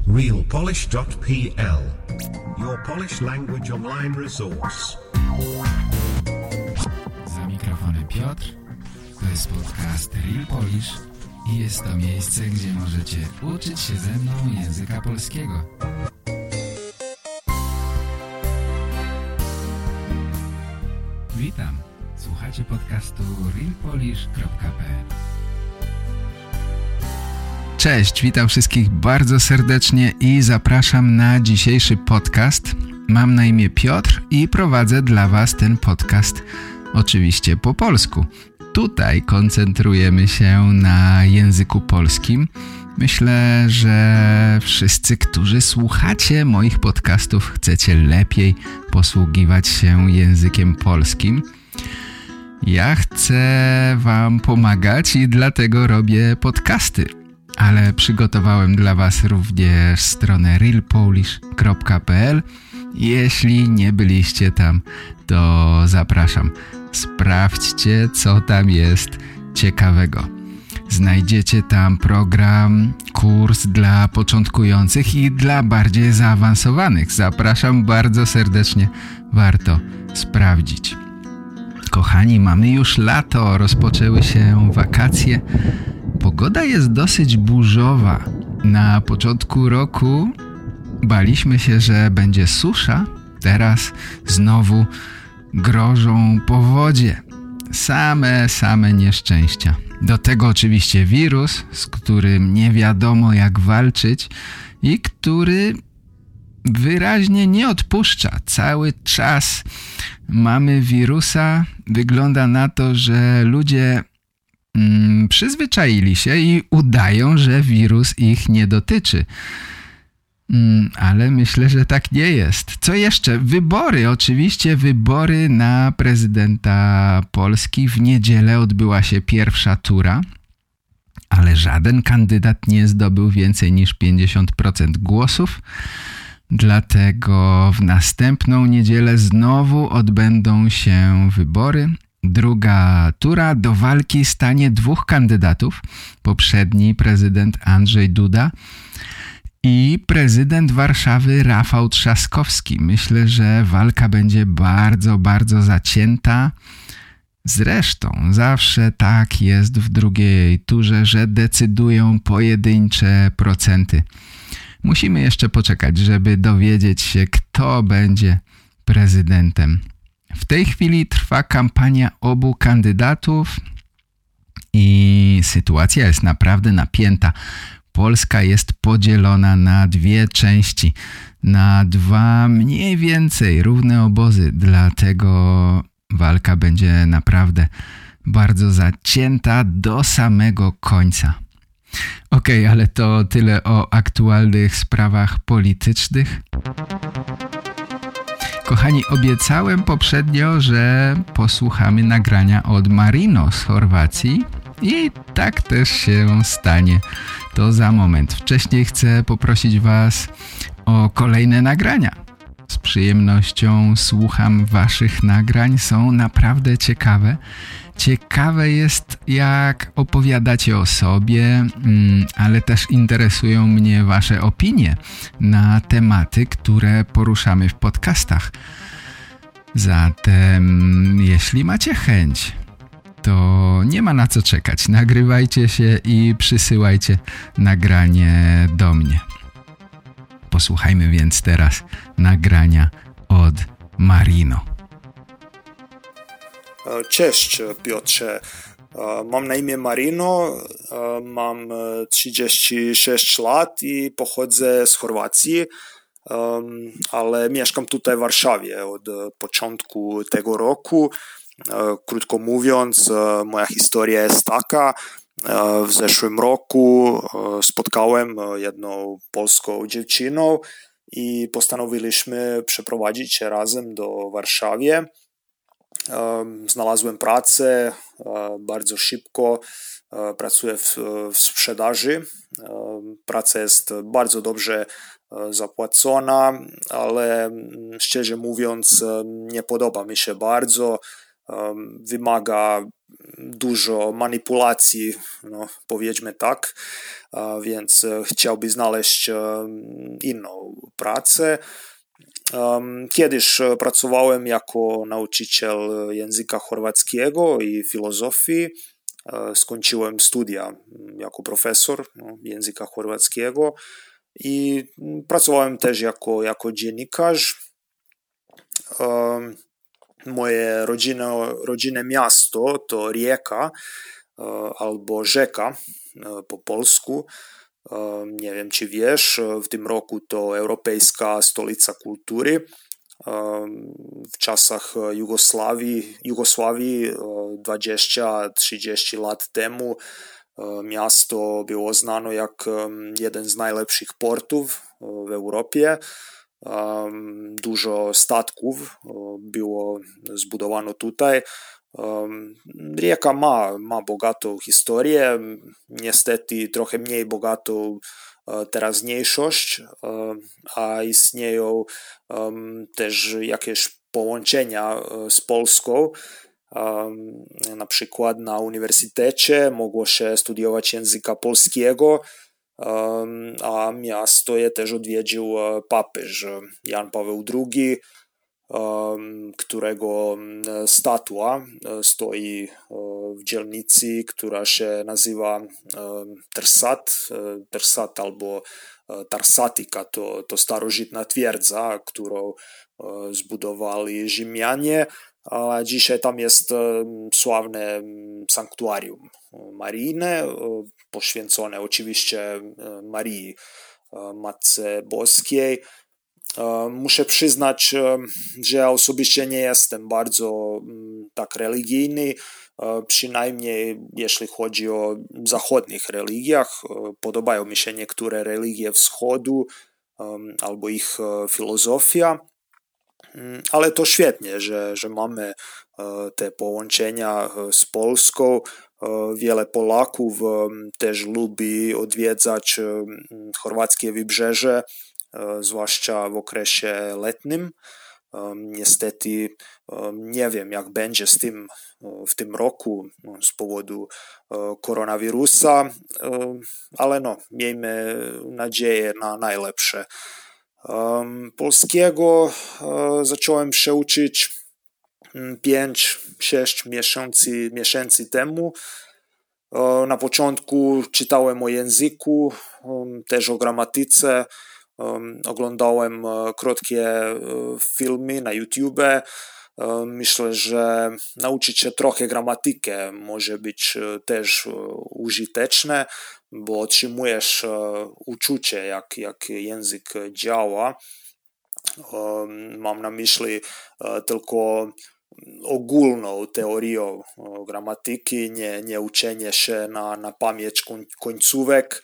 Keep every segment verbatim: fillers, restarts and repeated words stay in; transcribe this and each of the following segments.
real polish dot p l, your Polish language online resource. Za mikrofonem Piotr, to jest podcast Real Polish i jest to miejsce, gdzie możecie uczyć się ze mną języka polskiego. Witam, słuchacie podcastu real polish kropka p l. Cześć, witam wszystkich bardzo serdecznie i zapraszam na dzisiejszy podcast. Mam na imię Piotr i prowadzę dla Was ten podcast oczywiście po polsku. Tutaj koncentrujemy się na języku polskim. Myślę, że wszyscy, którzy słuchacie moich podcastów, chcecie lepiej posługiwać się językiem polskim. Ja chcę Wam pomagać i dlatego robię podcasty. Ale przygotowałem dla Was również stronę real polish kropka p l. Jeśli nie byliście tam, to zapraszam. Sprawdźcie, co tam jest ciekawego. Znajdziecie tam program, kurs dla początkujących i dla bardziej zaawansowanych. Zapraszam bardzo serdecznie. Warto sprawdzić. Kochani, mamy już lato, rozpoczęły się wakacje. Pogoda jest dosyć burzowa. Na początku roku baliśmy się, że będzie susza. Teraz znowu grożą powodzie. Same, same nieszczęścia. Do tego oczywiście wirus, z którym nie wiadomo jak walczyć i który wyraźnie nie odpuszcza. Cały czas mamy wirusa. Wygląda na to, że ludzie mm, przyzwyczaili się i udają, że wirus ich nie dotyczy. Mm, ale myślę, że tak nie jest. Co jeszcze? Wybory. Oczywiście wybory na prezydenta Polski. W niedzielę odbyła się pierwsza tura, ale żaden kandydat nie zdobył więcej niż pięćdziesiąt procent głosów. Dlatego w następną niedzielę znowu odbędą się wybory. Druga tura, do walki stanie dwóch kandydatów. Poprzedni prezydent Andrzej Duda i prezydent Warszawy Rafał Trzaskowski. Myślę, że walka będzie bardzo, bardzo zacięta. Zresztą zawsze tak jest w drugiej turze, że decydują pojedyncze procenty. Musimy jeszcze poczekać, żeby dowiedzieć się, kto będzie prezydentem. W tej chwili trwa kampania obu kandydatów i sytuacja jest naprawdę napięta. Polska jest podzielona na dwie części, na dwa mniej więcej równe obozy, dlatego walka będzie naprawdę bardzo zacięta do samego końca. Okej, okay, ale to tyle o aktualnych sprawach politycznych. Kochani, obiecałem poprzednio, że posłuchamy nagrania od Marino z Chorwacji i tak też się stanie. To za moment. Wcześniej chcę poprosić Was o kolejne nagrania. Z przyjemnością słucham Waszych nagrań. Są naprawdę ciekawe. Ciekawe jest, jak opowiadacie o sobie, ale też interesują mnie Wasze opinie na tematy, które poruszamy w podcastach. Zatem, jeśli macie chęć, to nie ma na co czekać. Nagrywajcie się i przysyłajcie nagranie do mnie. Posłuchajmy więc teraz nagrania od Marino. Cześć Piotrze, mam na imię Marino, mam trzydzieści sześć lat i pochodzę z Chorwacji, ale mieszkam tutaj w Warszawie od początku tego roku. Krótko mówiąc, moja historia jest taka. W zeszłym roku spotkałem jedną polską dziewczynę i postanowiliśmy przeprowadzić się razem do Warszawy. Znalazłem pracę bardzo szybko, pracuję w, w sprzedaży. Praca jest bardzo dobrze zapłacona, ale szczerze mówiąc nie podoba mi się bardzo. wymaga dużo manipulacji, no, powiedzmy tak, więc chciałby znaleźć inną pracę. Kiedyś pracowałem jako nauczyciel języka chorwackiego i filozofii. Skończyłem studia jako profesor języka chorwackiego i pracowałem też jako, jako dziennikarz. Moje rodzinne, rodzinne miasto to Rijeka albo rzeka po polsku. Nie wiem, czy wiesz, w tym roku to Europejska Stolica Kultury. W czasach Jugosławii, Jugosławii dwadzieścia trzydzieści lat temu miasto było znane jak jeden z najlepszych portów w Europie. Dużo statków było zbudowano tutaj. Rijeka ma, ma bogatą historię, niestety trochę mniej bogatą teraźniejszość, a istnieją też jakieś połączenia z Polską. Na przykład na uniwersytecie mogło się studiować języka polskiego, a miasto je też odwiedził papież Jan Paweł drugi, którego statua stoi w dzielnicy, która się nazywa Trsat, Trsat albo Tarsatika, to, to starożytna twierdza, którą zbudowali Rzymianie, a dzisiaj tam jest sławne sanktuarium maryjne, poświęcone oczywiście Marii, Matce Boskiej. Muszę przyznać, że ja osobiście nie jestem bardzo tak religijny, przynajmniej jeśli chodzi o zachodnich religiach. Podobają mi się niektóre religie wschodu albo ich filozofia, ale to świetnie, że, że mamy te połączenia z Polską. Wiele Polaków też lubi odwiedzać chorwackie wybrzeże, zwłaszcza w okresie letnim. Niestety nie wiem, jak będzie z tym w tym roku z powodu koronawirusa, ale no, miejmy nadzieję na najlepsze. Polskiego zacząłem się uczyć pięć sześć miesięcy, miesięcy temu. Na początku czytałem o języku, też o gramatyce. Oglądałem krótkie filmy na YouTube. Myślę, że nauczyć się trochę gramatyki może być też użyteczne, bo otrzymujesz uczucie, jak, jak język działa. Mam na myśli tylko ogólną teorię gramatyki, nie, nie uczenie się na, na pamięć końcówek.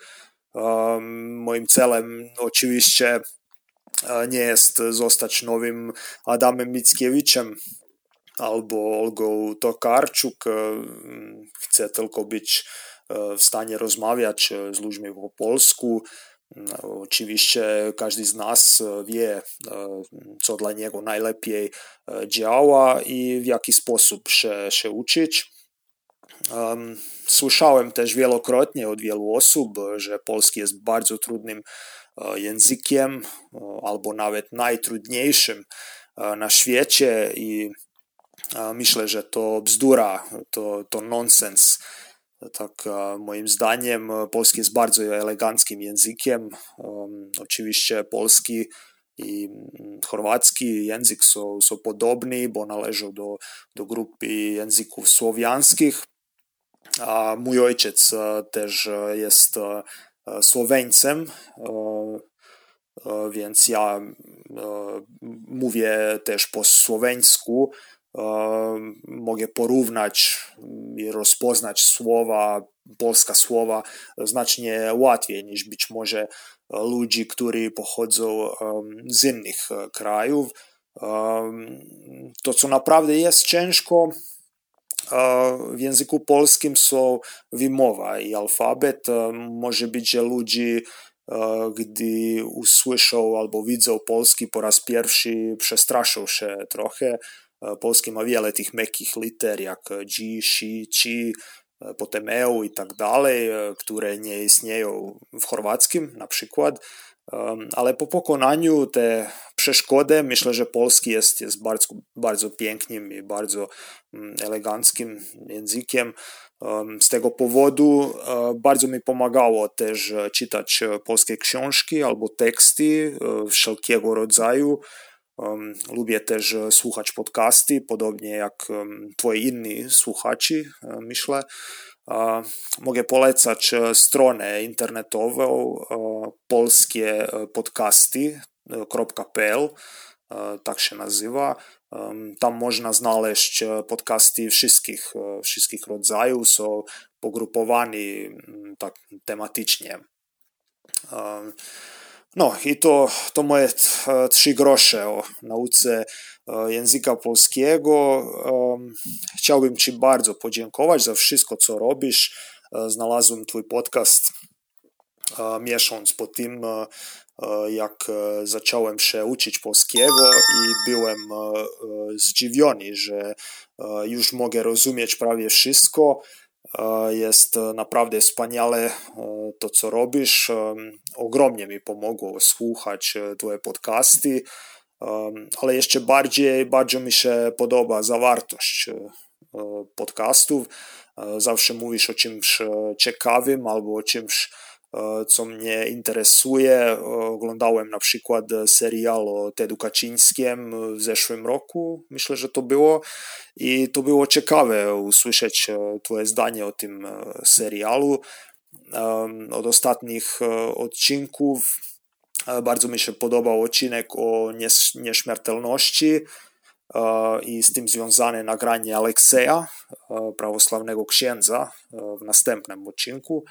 Moim celem oczywiście nie jest zostać nowym Adamem Mickiewiczem albo Olgą Tokarczuk. Chcę tylko być w stanie rozmawiać z ludźmi po polsku. Oczywiście każdy z nas wie, co dla niego najlepiej działa i w jaki sposób się, się uczyć. Słyszałem też wielokrotnie od wielu osób, że polski jest bardzo trudnym językiem albo nawet najtrudniejszym na świecie i myślę, że to bzdura, to, to nonsens. Tak, moim zdaniem polski jest bardzo eleganckim językiem. Oczywiście polski i chorwacki język są, są podobni, bo należą do, do grupy języków słowiańskich. A mój ojciec też jest Słoweńcem, więc ja mówię też po słoweńsku. Mogę porównać i rozpoznać słowa, polskie słowa znacznie łatwiej niż być może ludzi, którzy pochodzą z innych krajów. To, co naprawdę jest ciężko w języku polskim, są wymowa i alfabet. Może być, że ludzie, gdy usłyszą albo widzą polski po raz pierwszy, przestraszą się trochę, Polski ma wiele tih mekih liter, jak G, Ši, Či, potem EU i tak dalej, które nie istnieją w chorwackim na przykład. Ale po pokonaniu te przeszkody myślę, że polski jest, jest bardzo, bardzo pięknym i bardzo eleganckim językiem. Z tego powodu bardzo mi pomagało też czytać polskie książki albo teksty wszelkiego rodzaju. Lubię też słuchać podcasty, podobnie jak twoi inni słuchacze, myślę. Mogę polecać stronę internetową polskie podcasty kropka pe el, tak się nazywa. Tam można znaleźć podcasty wszystkich, wszystkich rodzajów, są pogrupowani tak tematycznie. No i to, to moje trzy grosze o nauce języka polskiego. Chciałbym Ci bardzo podziękować za wszystko, co robisz. Znalazłem Twój podcast miesiąc po tym, jak zacząłem się uczyć polskiego i byłem zdziwiony, że już mogę rozumieć prawie wszystko. Jest naprawdę wspaniale to, co robisz. Ogromnie mi pomogło słuchać Twoje podcasty, ale jeszcze bardziej, bardzo mi się podoba zawartość podcastów. Zawsze mówisz o czymś ciekawym albo o czymś, co mnie interesuje. Oglądałem na przykład serial o Tedu Kaczyńskim w zeszłym roku, myślę, że to było, i to było ciekawe usłyszeć Twoje zdanie o tym serialu. Od ostatnich odcinków bardzo mi się podobał odcinek o nieśmiertelności i z tym związane nagranie Alekseja, prawosławnego księdza, w następnym odcinku.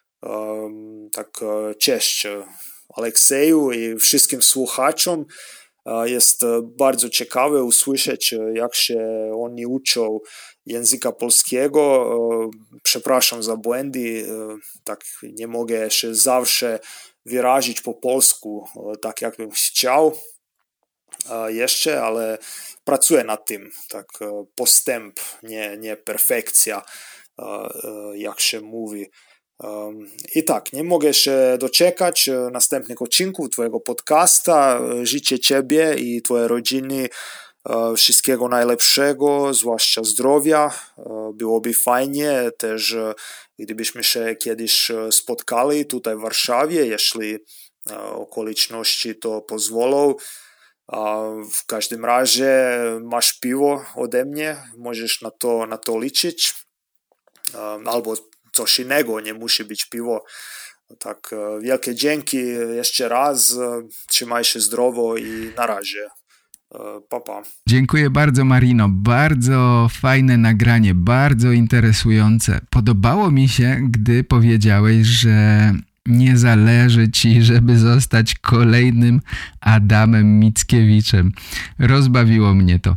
Tak, cześć Alekseju i wszystkim słuchaczom. Jest bardzo ciekawe usłyszeć, jak się oni uczą języka polskiego. Przepraszam za błędy, tak nie mogę się zawsze wyrazić po polsku tak, jak bym chciał jeszcze, ale pracuję nad tym. Tak, postęp, nie, nie perfekcja, jak się mówi. I tak, nie mogę się doczekać następnych odcinków Twojego podcasta. Życzę Ciebie i Twojej rodziny wszystkiego najlepszego, zwłaszcza zdrowia. Byłoby fajnie też, gdybyśmy się kiedyś spotkali tutaj w Warszawie, jeśli okoliczności to pozwolą. W każdym razie masz piwo ode mnie, możesz na to, na to liczyć. Albo coś innego, nie musi być piwo. Tak, wielkie dzięki jeszcze raz. Trzymaj się zdrowo i na razie. Pa, pa. Dziękuję bardzo, Marino. Bardzo fajne nagranie, bardzo interesujące. Podobało mi się, gdy powiedziałeś, że nie zależy Ci, żeby zostać kolejnym Adamem Mickiewiczem. Rozbawiło mnie to.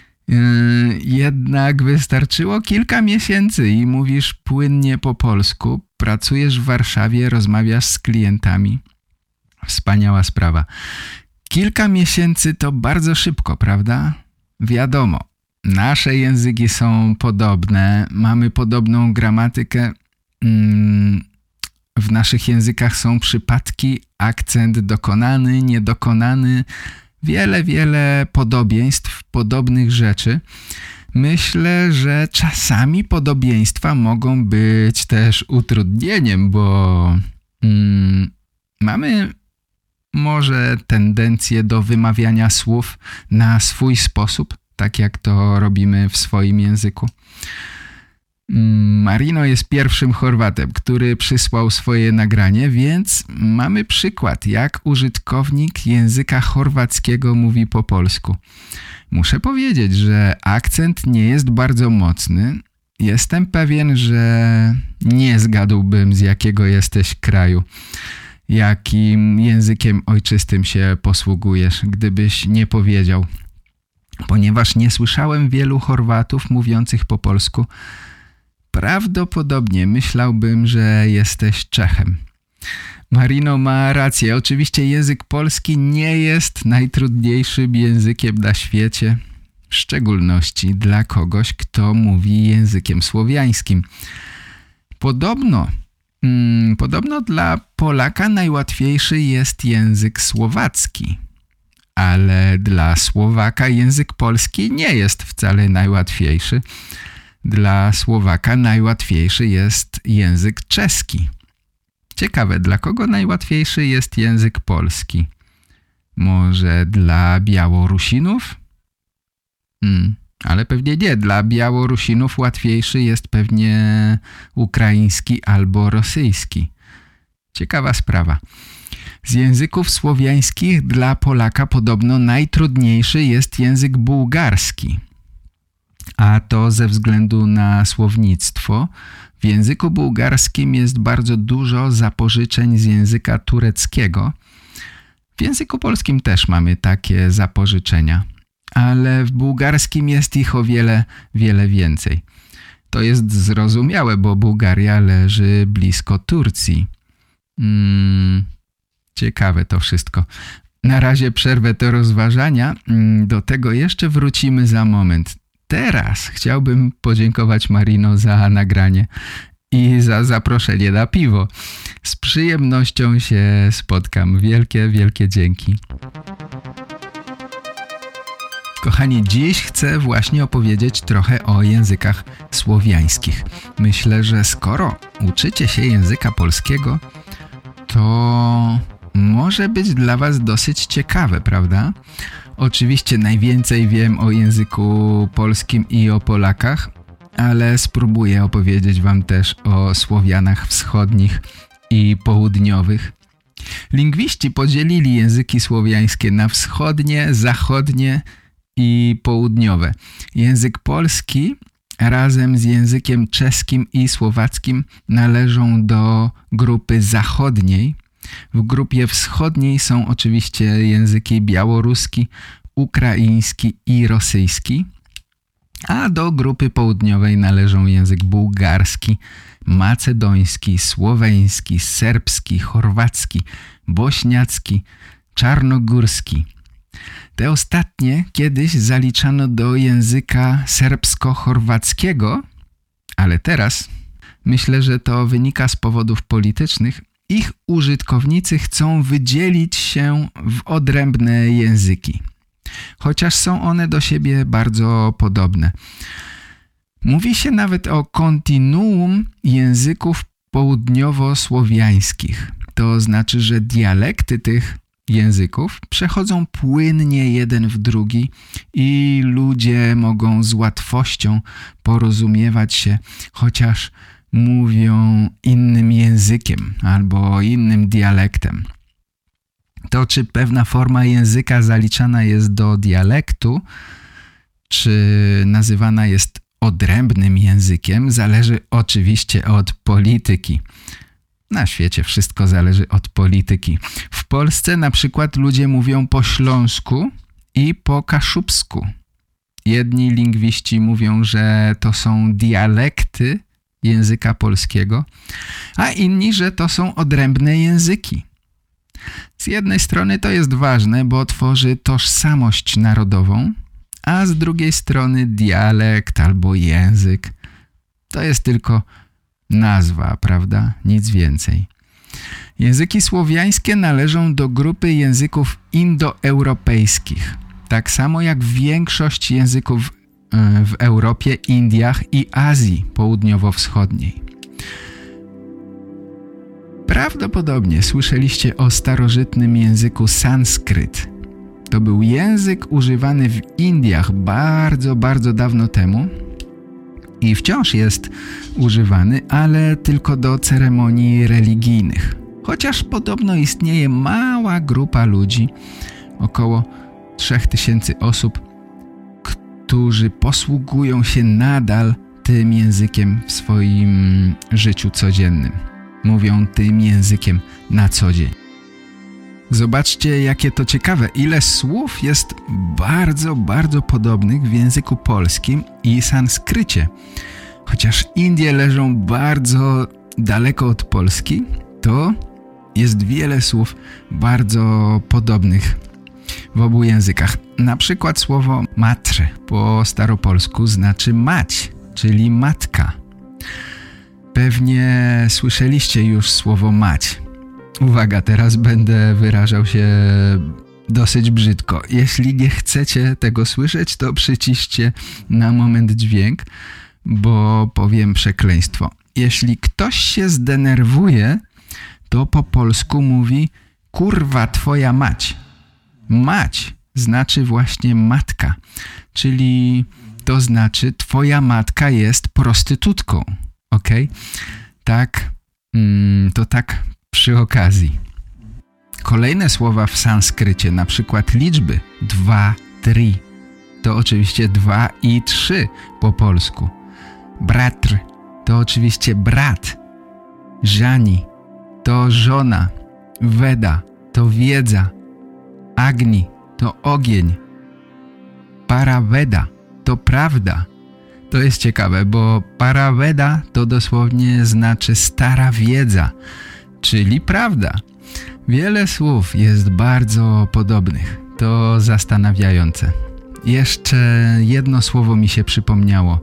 Jednak wystarczyło kilka miesięcy i mówisz płynnie po polsku, pracujesz w Warszawie, rozmawiasz z klientami. Wspaniała sprawa. Kilka miesięcy to bardzo szybko, prawda? Wiadomo, nasze języki są podobne, mamy podobną gramatykę. W naszych językach są przypadki, akcent dokonany, niedokonany, wiele, wiele podobieństw, podobnych rzeczy. Myślę, że czasami podobieństwa mogą być też utrudnieniem, bo mm, mamy może tendencję do wymawiania słów na swój sposób, tak jak to robimy w swoim języku. Marino jest pierwszym Chorwatem, który przysłał swoje nagranie, więc mamy przykład, jak użytkownik języka chorwackiego mówi po polsku. Muszę powiedzieć, że akcent nie jest bardzo mocny. Jestem pewien, że nie zgadłbym, z jakiego jesteś kraju, jakim językiem ojczystym się posługujesz, gdybyś nie powiedział. Ponieważ nie słyszałem wielu Chorwatów mówiących po polsku, prawdopodobnie myślałbym, że jesteś Czechem. Marino ma rację. Oczywiście język polski nie jest najtrudniejszym językiem na świecie. w szczególności dla kogoś, kto mówi językiem słowiańskim. Podobno, hmm, podobno dla Polaka najłatwiejszy jest język słowacki, ale dla Słowaka język polski nie jest wcale najłatwiejszy. Dla Słowaka najłatwiejszy jest język czeski. Ciekawe, dla kogo najłatwiejszy jest język polski? Może dla Białorusinów? Hmm, ale pewnie nie. Dla Białorusinów łatwiejszy jest pewnie ukraiński albo rosyjski. Ciekawa sprawa. Z języków słowiańskich dla Polaka podobno najtrudniejszy jest język bułgarski. A to ze względu na słownictwo. W języku bułgarskim jest bardzo dużo zapożyczeń z języka tureckiego. W języku polskim też mamy takie zapożyczenia, ale w bułgarskim jest ich o wiele, wiele więcej. To jest zrozumiałe, bo Bułgaria leży blisko Turcji. Hmm, ciekawe to wszystko. Na razie przerwę te rozważania. Do tego jeszcze wrócimy za moment. Teraz chciałbym podziękować Marino za nagranie i za zaproszenie na piwo. Z przyjemnością się spotkam. Wielkie, wielkie dzięki. Kochani, dziś chcę właśnie opowiedzieć trochę o językach słowiańskich. Myślę, że skoro uczycie się języka polskiego, to może być dla was dosyć ciekawe, prawda? Oczywiście najwięcej wiem o języku polskim i o Polakach, ale spróbuję opowiedzieć wam też o Słowianach wschodnich i południowych. Lingwiści podzielili języki słowiańskie na wschodnie, zachodnie i południowe. Język polski razem z językiem czeskim i słowackim należą do grupy zachodniej. W grupie wschodniej są oczywiście języki białoruski, ukraiński i rosyjski, a do grupy południowej należą język bułgarski, macedoński, słoweński, serbski, chorwacki, bośniacki, czarnogórski. Te ostatnie kiedyś zaliczano do języka serbsko-chorwackiego, ale teraz myślę, że to wynika z powodów politycznych. Ich użytkownicy chcą wydzielić się w odrębne języki, chociaż są one do siebie bardzo podobne. Mówi się nawet o kontinuum języków południowo-słowiańskich. To znaczy, że dialekty tych języków przechodzą płynnie jeden w drugi i ludzie mogą z łatwością porozumiewać się, chociaż mówią innym językiem albo innym dialektem. To, czy pewna forma języka zaliczana jest do dialektu, czy nazywana jest odrębnym językiem, zależy oczywiście od polityki. Na świecie wszystko zależy od polityki. W Polsce na przykład ludzie mówią po śląsku i po kaszubsku. Jedni lingwiści mówią, że to są dialekty języka polskiego, a inni, że to są odrębne języki. Z jednej strony to jest ważne, bo tworzy tożsamość narodową, a z drugiej strony dialekt albo język to jest tylko nazwa, prawda? Nic więcej. Języki słowiańskie należą do grupy języków indoeuropejskich, tak samo jak większość języków w Europie, Indiach i Azji Południowo-Wschodniej. Prawdopodobnie słyszeliście o starożytnym języku sanskryt. To był język używany w Indiach bardzo, bardzo dawno temu i wciąż jest używany, ale tylko do ceremonii religijnych. Chociaż podobno istnieje mała grupa ludzi, około trzech tysięcy osób, którzy posługują się nadal tym językiem w swoim życiu codziennym. Mówią tym językiem na co dzień. Zobaczcie, jakie to ciekawe, ile słów jest bardzo, bardzo podobnych w języku polskim i sanskrycie. Chociaż Indie leżą bardzo daleko od Polski, to jest wiele słów bardzo podobnych w obu językach. Na przykład słowo matr po staropolsku znaczy mać, czyli matka. Pewnie słyszeliście już słowo mać. Uwaga, teraz będę wyrażał się dosyć brzydko. Jeśli nie chcecie tego słyszeć, to przyciszcie na moment dźwięk, bo powiem przekleństwo. Jeśli ktoś się zdenerwuje, to po polsku mówi kurwa twoja mać. Mać znaczy właśnie matka, czyli to znaczy twoja matka jest prostytutką, ok? Tak, mm, to tak przy okazji. Kolejne słowa w sanskrycie, na przykład liczby dwa, trzy, to oczywiście dwa i trzy po polsku. Bratr to oczywiście brat. Żani to żona. Weda to wiedza. Agni to ogień. Paraweda to prawda. To jest ciekawe, bo paraweda to dosłownie znaczy stara wiedza, czyli prawda. Wiele słów jest bardzo podobnych. To zastanawiające. Jeszcze jedno słowo mi się przypomniało.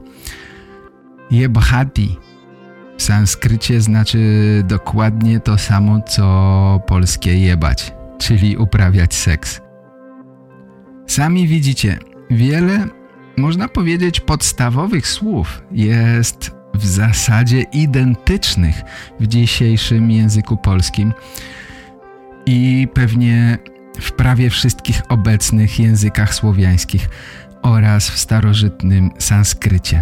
Jebhati w sanskrycie znaczy dokładnie to samo, co polskie jebać, czyli uprawiać seks. Sami widzicie, wiele, można powiedzieć, podstawowych słów jest w zasadzie identycznych w dzisiejszym języku polskim i pewnie w prawie wszystkich obecnych językach słowiańskich oraz w starożytnym sanskrycie.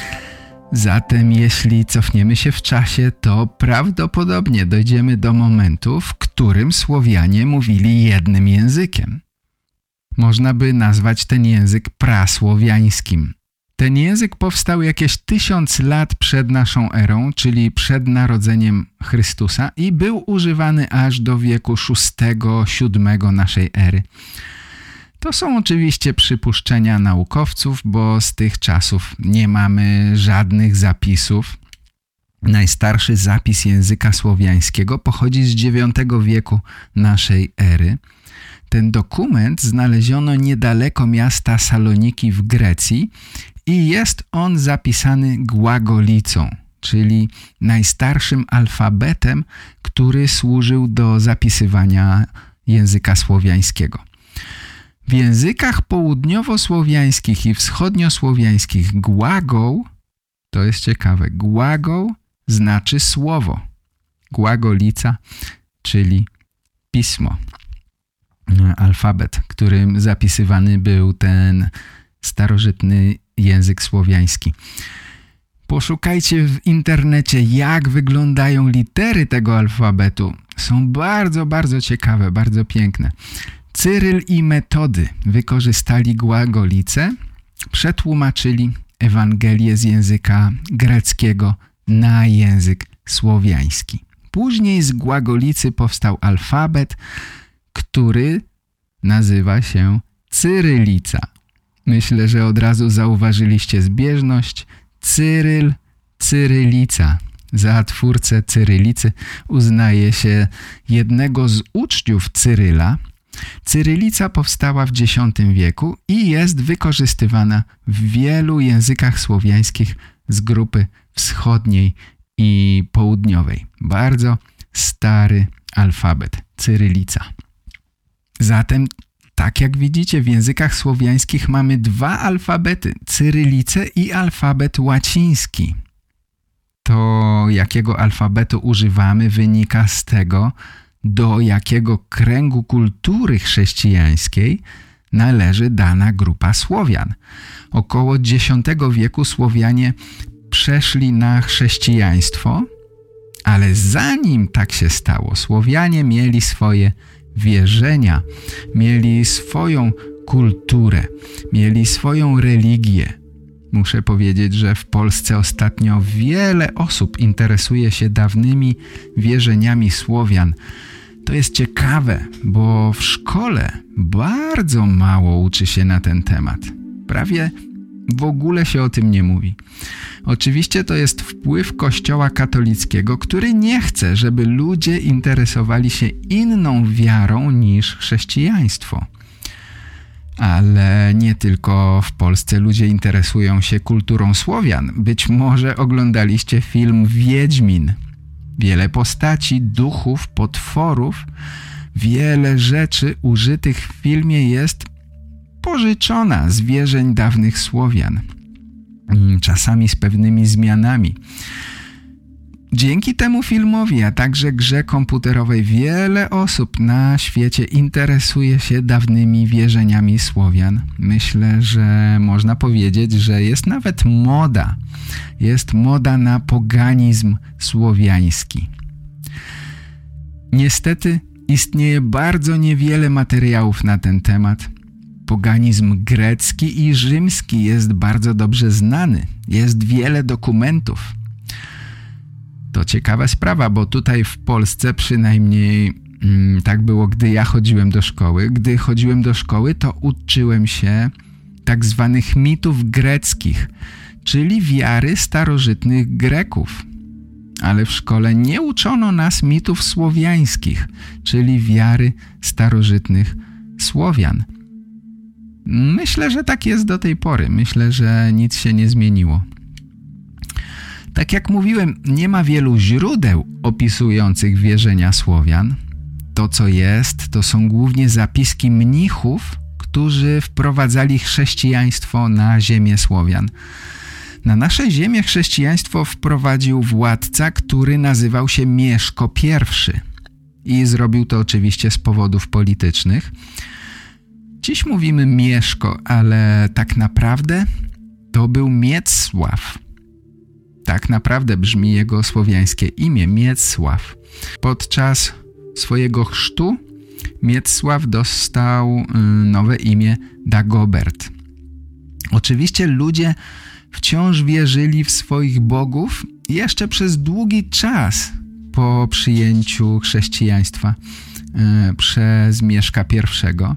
Zatem jeśli cofniemy się w czasie, to prawdopodobnie dojdziemy do momentu, w którym Słowianie mówili jednym językiem. Można by nazwać ten język prasłowiańskim. Ten język powstał jakieś tysiąc lat przed naszą erą, czyli przed narodzeniem Chrystusa i był używany aż do wieku szóstego siódmego naszej ery. To są oczywiście przypuszczenia naukowców, bo z tych czasów nie mamy żadnych zapisów. Najstarszy zapis języka słowiańskiego pochodzi z dziewiątego wieku naszej ery. Ten dokument znaleziono niedaleko miasta Saloniki w Grecji i jest on zapisany głagolicą, czyli najstarszym alfabetem, który służył do zapisywania języka słowiańskiego. W językach południowo-słowiańskich i wschodniosłowiańskich głagoł, to jest ciekawe, głagoł znaczy słowo, głagolica, czyli pismo, alfabet, którym zapisywany był ten starożytny język słowiański. Poszukajcie w internecie, jak wyglądają litery tego alfabetu. Są bardzo, bardzo ciekawe, bardzo piękne. Cyryl i Metody wykorzystali głagolicę, przetłumaczyli Ewangelię z języka greckiego na język słowiański. Później z głagolicy powstał alfabet, który nazywa się cyrylica. Myślę, że od razu zauważyliście zbieżność. Cyryl, cyrylica. Za twórcę cyrylicy uznaje się jednego z uczniów Cyryla. Cyrylica powstała w dziesiątym wieku i jest wykorzystywana w wielu językach słowiańskich z grupy wschodniej i południowej. Bardzo stary alfabet, cyrylica. Zatem, tak jak widzicie, w językach słowiańskich mamy dwa alfabety, cyrylicę i alfabet łaciński. To, jakiego alfabetu używamy, wynika z tego, do jakiego kręgu kultury chrześcijańskiej należy dana grupa Słowian. Około dziesiątego wieku Słowianie przeszli na chrześcijaństwo, ale zanim tak się stało, Słowianie mieli swoje wierzenia, mieli swoją kulturę, mieli swoją religię. Muszę powiedzieć, że w Polsce ostatnio wiele osób interesuje się dawnymi wierzeniami Słowian. To jest ciekawe, bo w szkole bardzo mało uczy się na ten temat. Prawie w ogóle się o tym nie mówi. Oczywiście to jest wpływ Kościoła katolickiego, który nie chce, żeby ludzie interesowali się inną wiarą niż chrześcijaństwo. Ale nie tylko w Polsce ludzie interesują się kulturą Słowian. Być może oglądaliście film Wiedźmin. Wiele postaci, duchów, potworów, wiele rzeczy użytych w filmie jest pożyczona z wierzeń dawnych Słowian. Czasami z pewnymi zmianami. Dzięki temu filmowi, a także grze komputerowej wiele osób na świecie interesuje się dawnymi wierzeniami Słowian. Myślę, że można powiedzieć, że jest nawet moda. Jest moda na poganizm słowiański. Niestety istnieje bardzo niewiele materiałów na ten temat. Poganizm grecki i rzymski jest bardzo dobrze znany. Jest wiele dokumentów. To ciekawa sprawa, bo tutaj w Polsce przynajmniej mm, tak było, gdy ja chodziłem do szkoły. Gdy chodziłem do szkoły, to uczyłem się tak zwanych mitów greckich, czyli wiary starożytnych Greków. Ale w szkole nie uczono nas mitów słowiańskich, czyli wiary starożytnych Słowian. Myślę, że tak jest do tej pory. Myślę, że nic się nie zmieniło. Tak jak mówiłem, nie ma wielu źródeł opisujących wierzenia Słowian. To, co jest, to są głównie zapiski mnichów, którzy wprowadzali chrześcijaństwo na ziemię Słowian. Na nasze ziemię chrześcijaństwo wprowadził władca, który nazywał się Mieszko pierwszy. I zrobił to oczywiście z powodów politycznych. Dziś mówimy Mieszko, ale tak naprawdę to był Mieczysław. Tak naprawdę brzmi jego słowiańskie imię, Mieczysław. Podczas swojego chrztu Mieczysław dostał nowe imię Dagobert. Oczywiście ludzie wciąż wierzyli w swoich bogów jeszcze przez długi czas po przyjęciu chrześcijaństwa przez Mieszka pierwszego.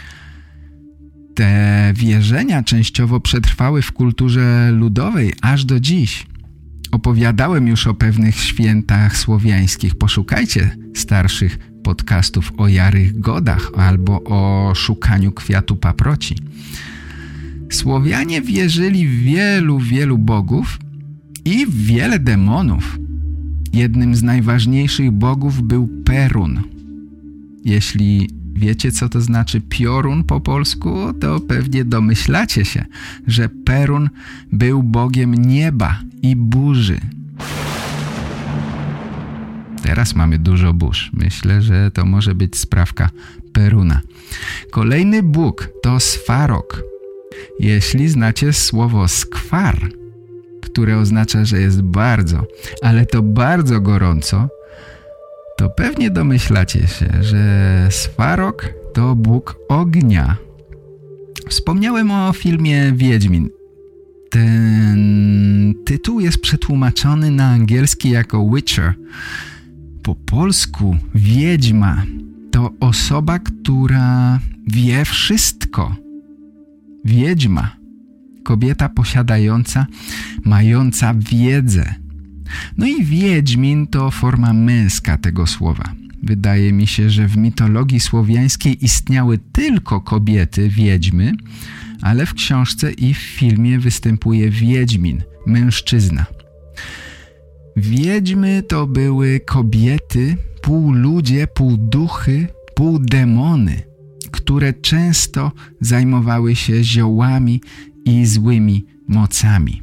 Te wierzenia częściowo przetrwały w kulturze ludowej aż do dziś. Opowiadałem już o pewnych świętach słowiańskich. Poszukajcie starszych podcastów o jarych godach albo o szukaniu kwiatu paproci. Słowianie wierzyli w wielu, wielu bogów i w wiele demonów. Jednym z najważniejszych bogów był Perun. Jeśli wiecie, co to znaczy piorun po polsku, to pewnie domyślacie się, że Perun był bogiem nieba i burzy. Teraz mamy dużo burz. Myślę, że to może być sprawka Peruna. Kolejny bóg to Swarok. Jeśli znacie słowo skwar, które oznacza, że jest bardzo, ale to bardzo gorąco, to pewnie domyślacie się, że Swarok to bóg ognia. Wspomniałem o filmie Wiedźmin. Ten tytuł jest przetłumaczony na angielski jako Witcher. Po polsku wiedźma to osoba, która wie wszystko. Wiedźma, kobieta posiadająca, mająca wiedzę. No i wiedźmin to forma męska tego słowa. Wydaje mi się, że w mitologii słowiańskiej istniały tylko kobiety, wiedźmy, ale w książce i w filmie występuje wiedźmin, mężczyzna. Wiedźmy to były kobiety, pół ludzie, pół duchy, pół demony, które często zajmowały się ziołami i złymi mocami.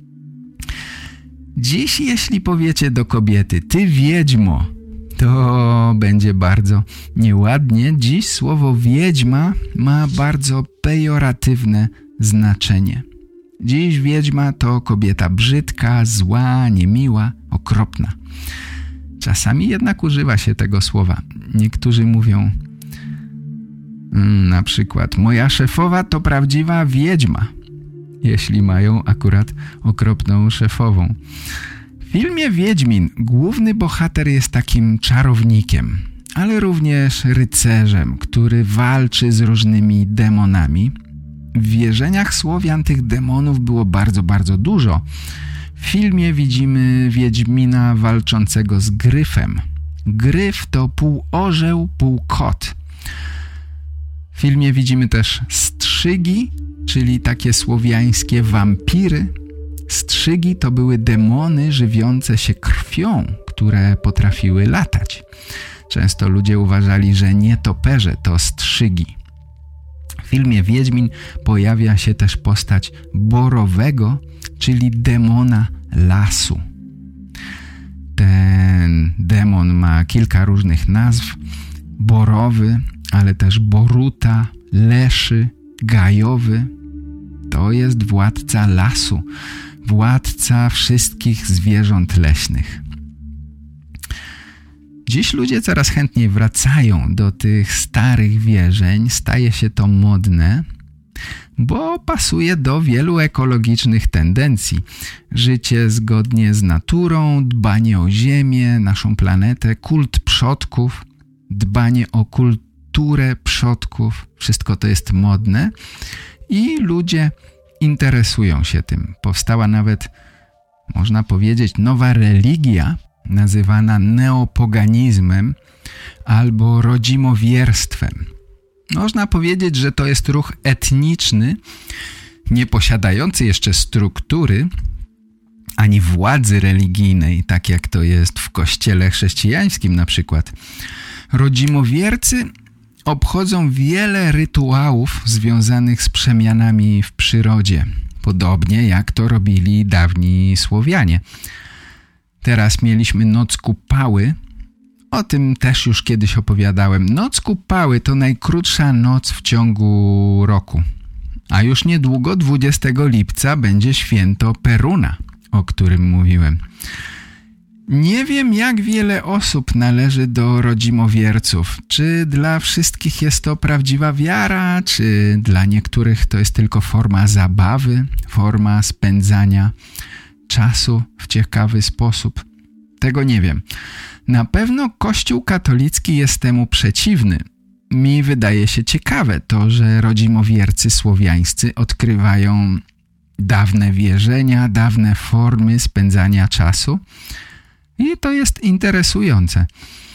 Dziś, jeśli powiecie do kobiety, ty wiedźmo, to będzie bardzo nieładnie. Dziś słowo wiedźma ma bardzo pejoratywne znaczenie. Dziś wiedźma to kobieta brzydka, zła, niemiła, okropna. Czasami jednak używa się tego słowa. Niektórzy mówią na przykład, moja szefowa to prawdziwa wiedźma, jeśli mają akurat okropną szefową. W filmie Wiedźmin główny bohater jest takim czarownikiem, ale również rycerzem, który walczy z różnymi demonami. W wierzeniach Słowian tych demonów było bardzo, bardzo dużo. W filmie widzimy Wiedźmina walczącego z gryfem. Gryf to pół orzeł, pół kot. W filmie widzimy też strzelbę, strzygi, czyli takie słowiańskie wampiry. Strzygi to były demony żywiące się krwią, które potrafiły latać. Często ludzie uważali, że nietoperze to strzygi. W filmie Wiedźmin pojawia się też postać Borowego, czyli demona lasu. Ten demon ma kilka różnych nazw. Borowy, ale też Boruta, Leszy, Gajowy. To jest władca lasu, władca wszystkich zwierząt leśnych. Dziś ludzie coraz chętniej wracają do tych starych wierzeń, staje się to modne, bo pasuje do wielu ekologicznych tendencji. Życie zgodnie z naturą, dbanie o ziemię, naszą planetę, kult przodków, dbanie o kulturę przodków, wszystko to jest modne i ludzie interesują się tym. Powstała nawet, można powiedzieć, nowa religia nazywana neopoganizmem albo rodzimowierstwem. Można powiedzieć, że to jest ruch etniczny, nie posiadający jeszcze struktury ani władzy religijnej, tak jak to jest w kościele chrześcijańskim na przykład. Rodzimowiercy obchodzą wiele rytuałów związanych z przemianami w przyrodzie, podobnie jak to robili dawni Słowianie. Teraz mieliśmy Noc Kupały. O tym też już kiedyś opowiadałem. Noc Kupały to najkrótsza noc w ciągu roku. A już niedługo, dwudziestego lipca, będzie święto Peruna, o którym mówiłem. Nie wiem, jak wiele osób należy do rodzimowierców. Czy dla wszystkich jest to prawdziwa wiara, czy dla niektórych to jest tylko forma zabawy, forma spędzania czasu w ciekawy sposób. Tego nie wiem. Na pewno Kościół katolicki jest temu przeciwny. Mi wydaje się ciekawe to, że rodzimowiercy słowiańscy odkrywają dawne wierzenia, dawne formy spędzania czasu i to jest interesujące.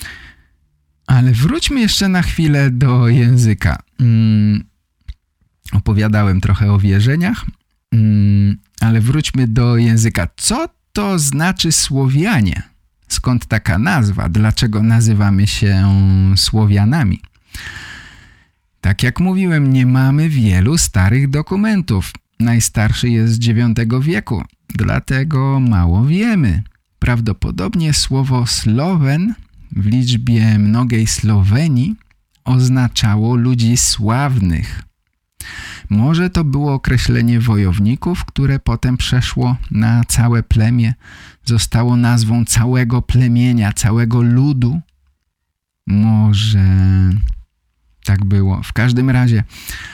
Ale wróćmy jeszcze na chwilę do języka. Hmm, opowiadałem trochę o wierzeniach, hmm, ale wróćmy do języka. Co to znaczy Słowianie? Skąd taka nazwa? Dlaczego nazywamy się Słowianami? Tak jak mówiłem, nie mamy wielu starych dokumentów. Najstarszy jest z dziewiątego wieku, dlatego mało wiemy. Prawdopodobnie słowo Slowen w liczbie mnogiej Slowenii oznaczało ludzi sławnych. Może to było określenie wojowników, które potem przeszło na całe plemię, zostało nazwą całego plemienia, całego ludu. Może tak było. W każdym razie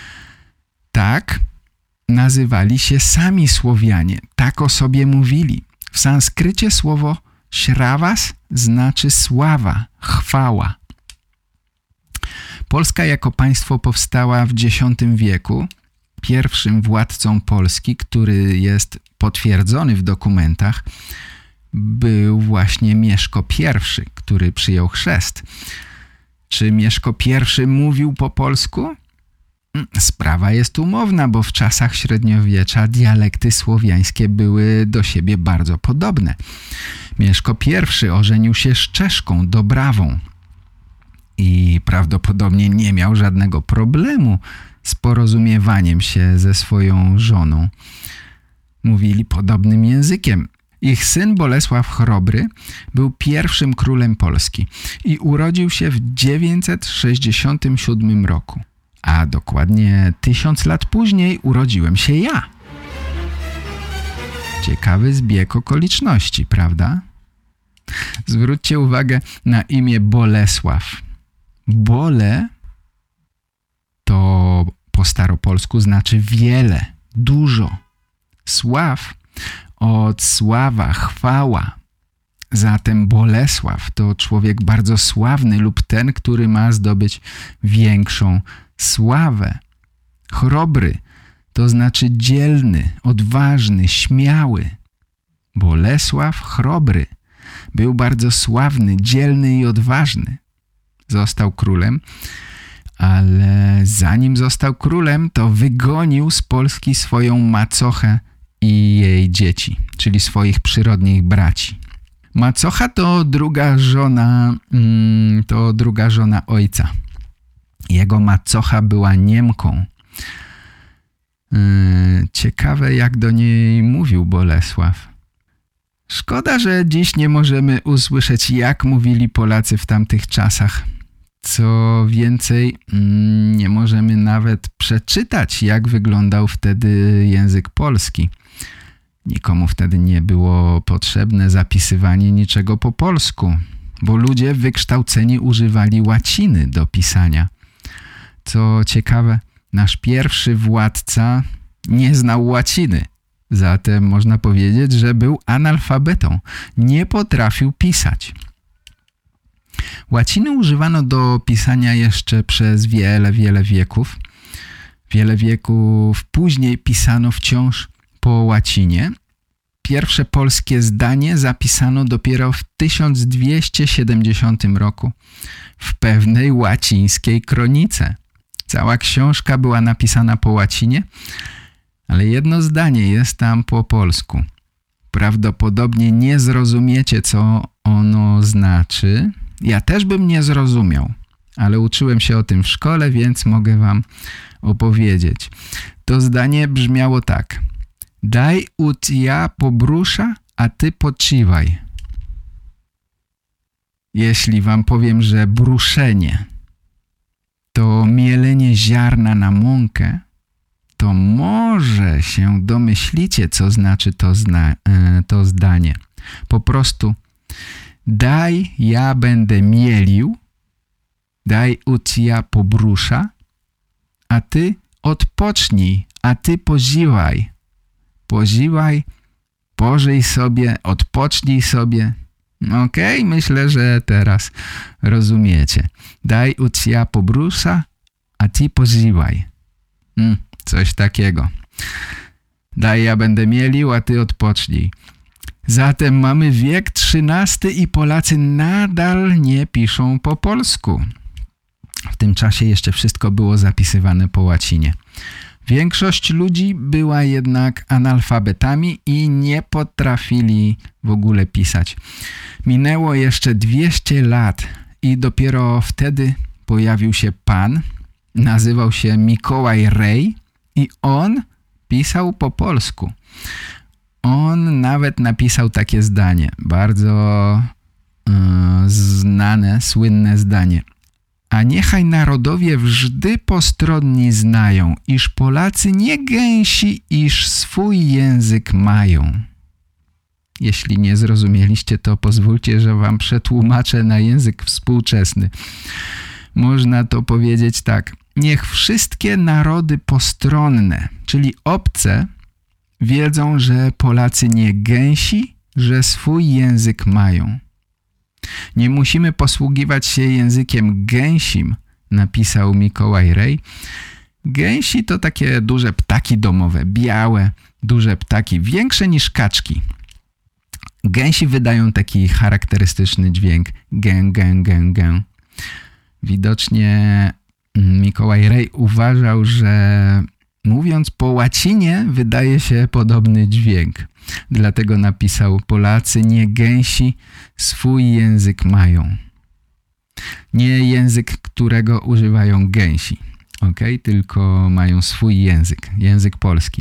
tak nazywali się sami Słowianie. Tak o sobie mówili. W sanskrycie słowo śrawas znaczy sława, chwała. Polska jako państwo powstała w dziesiątym wieku. Pierwszym władcą Polski, który jest potwierdzony w dokumentach, był właśnie Mieszko I, który przyjął chrzest. Czy Mieszko I mówił po polsku? Sprawa jest umowna, bo w czasach średniowiecza dialekty słowiańskie były do siebie bardzo podobne. Mieszko I ożenił się z Czeszką, Dobrawą i prawdopodobnie nie miał żadnego problemu z porozumiewaniem się ze swoją żoną. Mówili podobnym językiem. Ich syn Bolesław Chrobry był pierwszym królem Polski i urodził się w dziewięćset sześćdziesiątym siódmym roku. A dokładnie tysiąc lat później urodziłem się ja. Ciekawy zbieg okoliczności, prawda? Zwróćcie uwagę na imię Bolesław. Bole to po staropolsku znaczy wiele, dużo. Sław od sława, chwała. Zatem Bolesław to człowiek bardzo sławny lub ten, który ma zdobyć większą sławę. Chrobry to znaczy dzielny, odważny, śmiały. Bolesław Chrobry był bardzo sławny, dzielny i odważny. Został królem, ale zanim został królem, to wygonił z Polski swoją macochę i jej dzieci, czyli swoich przyrodnich braci. Macocha to druga żona, mm, to druga żona ojca. Jego macocha była Niemką. Yy, ciekawe, jak do niej mówił Bolesław. Szkoda, że dziś nie możemy usłyszeć, jak mówili Polacy w tamtych czasach. Co więcej, nie możemy nawet przeczytać, jak wyglądał wtedy język polski. Nikomu wtedy nie było potrzebne zapisywanie niczego po polsku, bo ludzie wykształceni używali łaciny do pisania. Co ciekawe, nasz pierwszy władca nie znał łaciny. Zatem można powiedzieć, że był analfabetą. Nie potrafił pisać. Łaciny używano do pisania jeszcze przez wiele, wiele wieków. Wiele wieków później pisano wciąż po łacinie. Pierwsze polskie zdanie zapisano dopiero w tysiąc dwieście siedemdziesiątym roku w pewnej łacińskiej kronice. Cała książka była napisana po łacinie, ale jedno zdanie jest tam po polsku. Prawdopodobnie nie zrozumiecie, co ono znaczy. Ja też bym nie zrozumiał, ale uczyłem się o tym w szkole, więc mogę wam opowiedzieć. To zdanie brzmiało tak. Daj ut ja pobrusza, a ty počivaj. Jeśli wam powiem, że bruszenie to mielenie ziarna na mąkę, to może się domyślicie, co znaczy to, zna, to zdanie. Po prostu daj, ja będę mielił, daj ut ja pobrusza, a ty odpocznij, a ty poziwaj. Poziwaj, pożyj sobie, odpocznij sobie. Okej, okay? Myślę, że teraz rozumiecie. Daj ut ja pobrusza, a ty poziwaj. Hmm, coś takiego. Daj, ja będę mielił, a ty odpocznij. Zatem mamy wiek trzynasty i Polacy nadal nie piszą po polsku. W tym czasie jeszcze wszystko było zapisywane po łacinie. Większość ludzi była jednak analfabetami i nie potrafili w ogóle pisać. Minęło jeszcze dwieście lat i dopiero wtedy pojawił się pan, nazywał się Mikołaj Rej i on pisał po polsku. On nawet napisał takie zdanie, bardzo yy, znane, słynne zdanie. A niechaj narodowie wżdy postronni znają, iż Polacy nie gęsi, iż swój język mają. Jeśli nie zrozumieliście, to pozwólcie, że wam przetłumaczę na język współczesny. Można to powiedzieć tak. Niech wszystkie narody postronne, czyli obce, wiedzą, że Polacy nie gęsi, że swój język mają. Nie musimy posługiwać się językiem gęsim, napisał Mikołaj Rej. Gęsi to takie duże ptaki domowe, białe, duże ptaki, większe niż kaczki. Gęsi wydają taki charakterystyczny dźwięk gę, gę, gę, gę. Widocznie Mikołaj Rej uważał, że mówiąc po łacinie wydaje się podobny dźwięk. Dlatego napisał: Polacy nie gęsi, swój język mają. Nie język, którego używają gęsi, okay? Tylko mają swój język, język polski.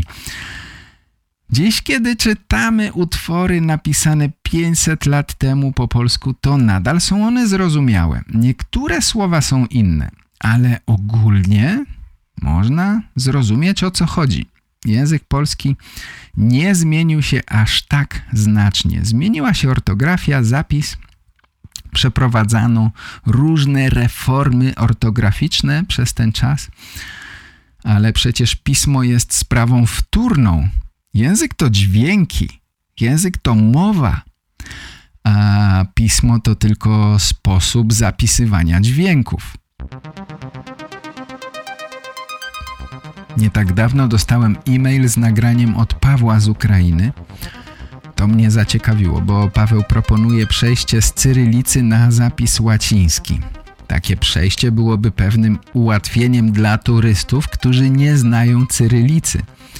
Dziś, kiedy czytamy utwory napisane pięćset lat temu po polsku, to nadal są one zrozumiałe. Niektóre słowa są inne, ale ogólnie można zrozumieć, o co chodzi. Język polski nie zmienił się aż tak znacznie. Zmieniła się ortografia, zapis, przeprowadzano różne reformy ortograficzne przez ten czas, ale przecież pismo jest sprawą wtórną. Język to dźwięki, język to mowa, a pismo to tylko sposób zapisywania dźwięków. Nie tak dawno dostałem e-mail z nagraniem od Pawła z Ukrainy. To mnie zaciekawiło, bo Paweł proponuje przejście z cyrylicy na zapis łaciński. Takie przejście byłoby pewnym ułatwieniem dla turystów, którzy nie znają cyrylicy.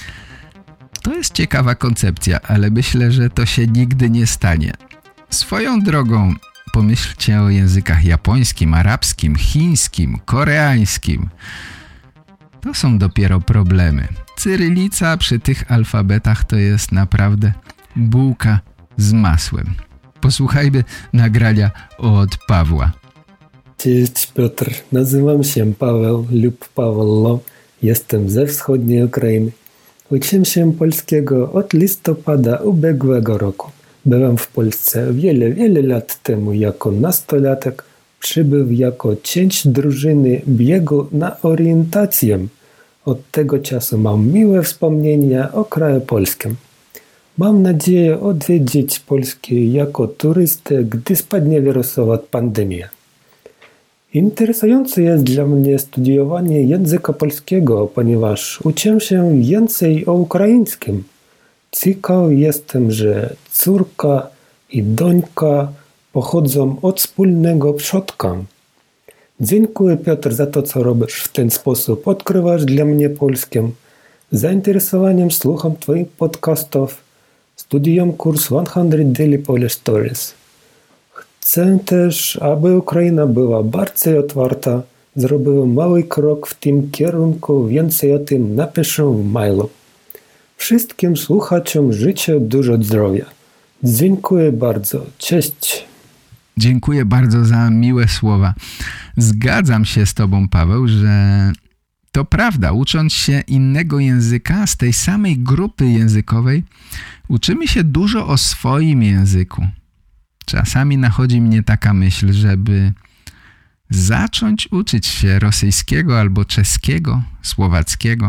To jest ciekawa koncepcja, ale myślę, że to się nigdy nie stanie. Swoją drogą pomyślcie o językach japońskim, arabskim, chińskim, koreańskim. To są dopiero problemy. Cyrylica przy tych alfabetach to jest naprawdę bułka z masłem. Posłuchajmy nagrania od Pawła. Cześć Piotr, nazywam się Paweł lub Pawlo, jestem ze wschodniej Ukrainy. Uczę się polskiego od listopada ubiegłego roku. Byłem w Polsce wiele, wiele lat temu jako nastolatek. Przybył jako część drużyny biegu na orientację. Od tego czasu mam miłe wspomnienia o kraju polskim. Mam nadzieję odwiedzić Polskę jako turystę, gdy spadnie wirusowa pandemia. Interesujące jest dla mnie studiowanie języka polskiego, ponieważ uczę się więcej o ukraińskim. Ciekaw jestem, że córka i dońka pochodzą od wspólnego przodka. Dziękuję Piotr za to, co robisz w ten sposób. Odkrywasz dla mnie polskim. Z zainteresowaniem słucham Twoich podcastów. Studiuję kurs sto Daily Polish Stories. Chcę też, aby Ukraina była bardziej otwarta. Zrobiłem mały krok w tym kierunku. Więcej o tym napiszę w mailu. Wszystkim słuchaczom życzę dużo zdrowia. Dziękuję bardzo. Cześć. Dziękuję bardzo za miłe słowa. Zgadzam się z Tobą, Paweł, że to prawda. Ucząc się innego języka z tej samej grupy językowej, uczymy się dużo o swoim języku. Czasami nachodzi mnie taka myśl, żeby zacząć uczyć się rosyjskiego albo czeskiego, słowackiego.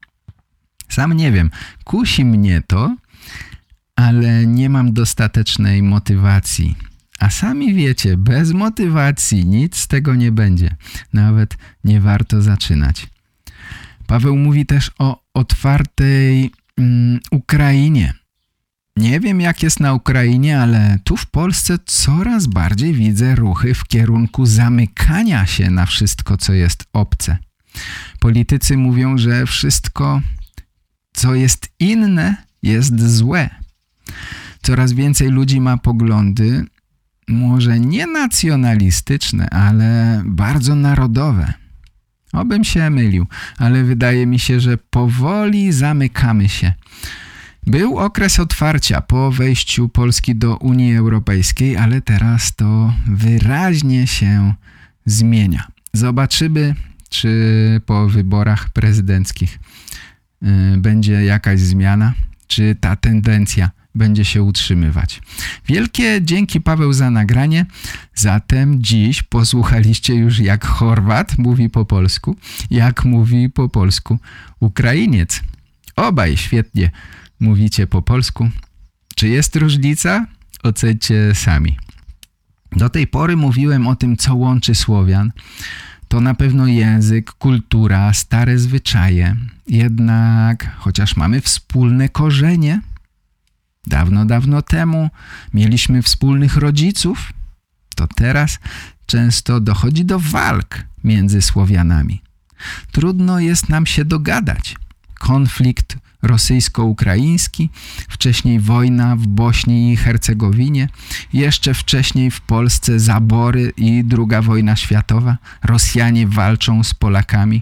Sam nie wiem, kusi mnie to, ale nie mam dostatecznej motywacji. A sami wiecie, bez motywacji nic z tego nie będzie. Nawet nie warto zaczynać. Paweł mówi też o otwartej mm, Ukrainie. Nie wiem, jak jest na Ukrainie, ale tu w Polsce coraz bardziej widzę ruchy w kierunku zamykania się na wszystko, co jest obce. Politycy mówią, że wszystko, co jest inne, jest złe. Coraz więcej ludzi ma poglądy, może nie nacjonalistyczne, ale bardzo narodowe. Obym się mylił, ale wydaje mi się, że powoli zamykamy się. Był okres otwarcia po wejściu Polski do Unii Europejskiej, ale teraz to wyraźnie się zmienia. Zobaczymy, czy po wyborach prezydenckich yy, będzie jakaś zmiana, czy ta tendencja będzie się utrzymywać. Wielkie dzięki, Paweł, za nagranie. Zatem dziś posłuchaliście już, jak Chorwat mówi po polsku, jak mówi po polsku Ukrainiec. Obaj świetnie mówicie po polsku. Czy jest różnica? Oceńcie sami. Do tej pory mówiłem o tym, co łączy Słowian. To na pewno język, kultura, stare zwyczaje. Jednak, chociaż mamy wspólne korzenie, dawno, dawno temu mieliśmy wspólnych rodziców, to teraz często dochodzi do walk między Słowianami. Trudno jest nam się dogadać. Konflikt rosyjsko-ukraiński, wcześniej wojna w Bośni i Hercegowinie, jeszcze wcześniej w Polsce zabory i druga wojna światowa. Rosjanie walczą z Polakami.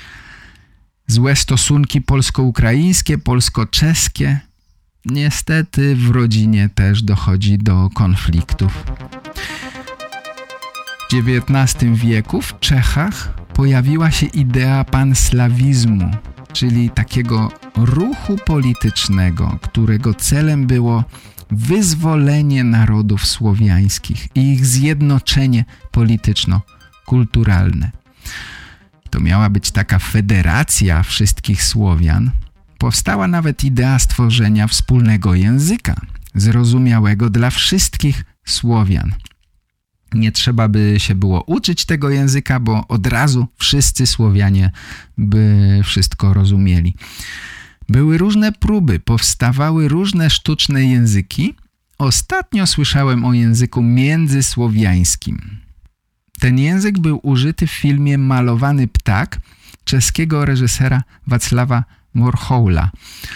Złe stosunki polsko-ukraińskie, polsko-czeskie. Niestety w rodzinie też dochodzi do konfliktów. W dziewiętnastym wieku w Czechach pojawiła się idea panslawizmu, czyli takiego ruchu politycznego, którego celem było wyzwolenie narodów słowiańskich i ich zjednoczenie polityczno-kulturalne. To miała być taka federacja wszystkich Słowian. Powstała nawet idea stworzenia wspólnego języka, zrozumiałego dla wszystkich Słowian. Nie trzeba by się było uczyć tego języka, bo od razu wszyscy Słowianie by wszystko rozumieli. Były różne próby, powstawały różne sztuczne języki. Ostatnio słyszałem o języku międzysłowiańskim. Ten język był użyty w filmie Malowany ptak czeskiego reżysera Wacława Morchoula.